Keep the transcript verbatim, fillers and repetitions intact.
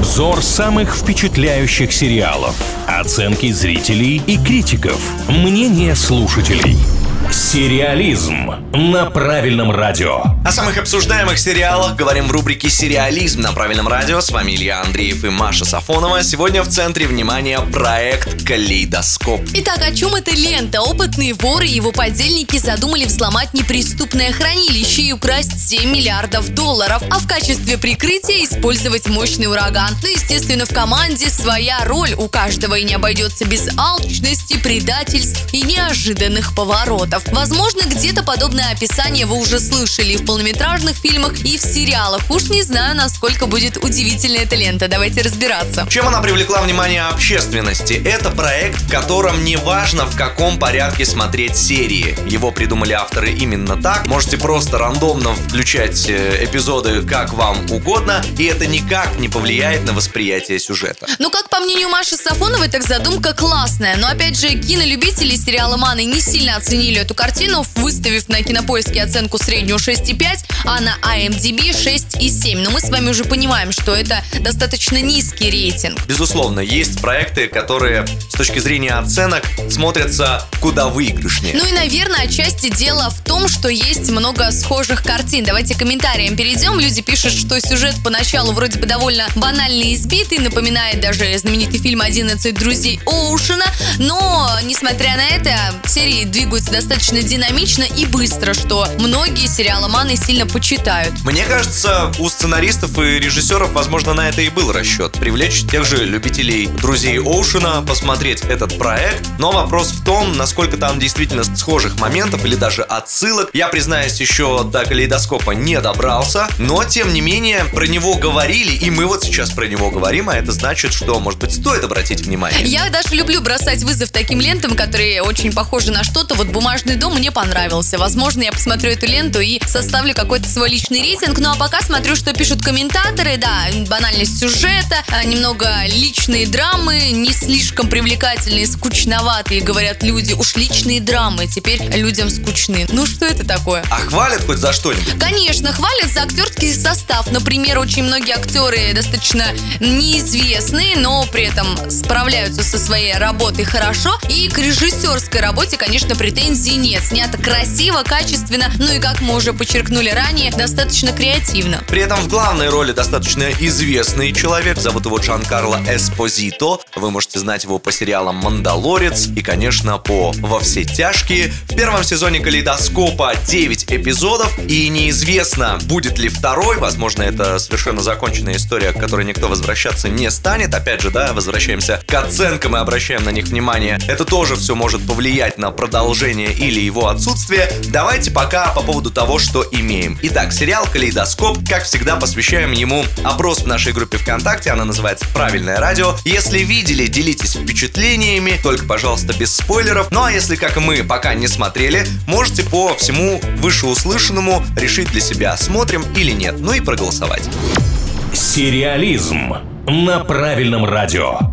Обзор самых впечатляющих сериалов. Оценки зрителей и критиков. Мнение слушателей. Сериализм на Правильном радио. О самых обсуждаемых сериалах говорим в рубрике «Сериализм» на Правильном радио. С вами Илья Андреев и Маша Сафонова. Сегодня в центре внимания проект «Калейдоскоп». Итак, о чем эта лента? Опытные воры и его подельники задумали взломать неприступное хранилище и украсть семь миллиардов долларов, а в качестве прикрытия использовать мощный ураган. Ну, естественно, в команде своя роль у каждого, и не обойдется без алчности, предательств и неожиданных поворотов. Возможно, где-то подобное описание вы уже слышали и в полнометражных фильмах, и в сериалах. Уж не знаю, насколько будет удивительная эта лента. Давайте разбираться. Чем она привлекла внимание общественности? Это проект, в котором не важно, в каком порядке смотреть серии. Его придумали авторы именно так. Можете просто рандомно включать эпизоды как вам угодно, и это никак не повлияет на восприятие сюжета. Ну, как по мнению Маши Сафоновой, так задумка классная. Но опять же, кинолюбители сериала «Маны» не сильно оценили эту картину, выставив на Кинопоиске оценку среднюю шесть и пять, а на ай эм ди би шесть и семь. Но мы с вами уже понимаем, что это достаточно низкий рейтинг. Безусловно, есть проекты, которые с точки зрения оценок смотрятся куда выигрышнее. Ну и, наверное, отчасти дело в том, что есть много схожих картин. Давайте к комментариям перейдем. Люди пишут, что сюжет поначалу вроде бы довольно банальный и избитый, напоминает даже знаменитый фильм «одиннадцать друзей Оушена», но, несмотря на это, серии двигаются достаточно динамично и быстро, что многие сериаломаны сильно почитают. Мне кажется, у сценаристов и режиссеров, возможно, на это и был расчет. Привлечь тех же любителей «Друзей Оушена», посмотреть этот проект. Но вопрос в том, насколько там действительно схожих моментов или даже отсылок. Я, признаюсь, еще до «Калейдоскопа» не добрался, но, тем не менее, про него говорили, и мы вот сейчас про него говорим, а это значит, что, может быть, стоит обратить внимание. Я даже люблю бросать вызов таким лентам, которые очень похожи на что-то. Вот «Бумажный дом» мне понравился. Возможно, я посмотрю эту ленту и составлю какой-то свой личный рейтинг. Ну а пока смотрю, что пишут комментаторы. Да, банальность сюжета, немного личные драмы, не слишком привлекательные, скучноватые, говорят люди. Уж личные драмы теперь людям скучны. Ну что это такое? А хвалят хоть за что-нибудь? Конечно, хвалят за актерский состав. Например, очень многие актеры достаточно неизвестные, но при этом справляются со своей работой хорошо. И к режиссерской работе, конечно, претензий нет. Снято красиво, качественно, ну и, как мы уже подчеркнули ранее, достаточно креативно. При этом в главной роли достаточно известный человек. Зовут его Джанкарло Эспозито. Вы можете знать его по сериалам «Мандалорец» и, конечно, по «Во все тяжкие». В первом сезоне «Калейдоскопа» девять эпизодов, и неизвестно, будет ли второй. Возможно, это совершенно законченная история, к которой никто возвращаться не станет. Опять же, да, возвращаемся к оценкам и обращаем на них внимание. Это тоже все может повлиять на продолжение или его отсутствие. Давайте пока по поводу того, что имеем. Итак, сериал «Калейдоскоп», как всегда, посвящаем ему опрос в нашей группе ВКонтакте. Она называется «Правильное радио». Если видели, делитесь впечатлениями, только, пожалуйста, без спойлеров. Ну а если, как и мы, пока не смотрели, можете по всему вышеуслышанному решить для себя, смотрим или нет, ну и проголосовать. Сериализм на Правильном радио.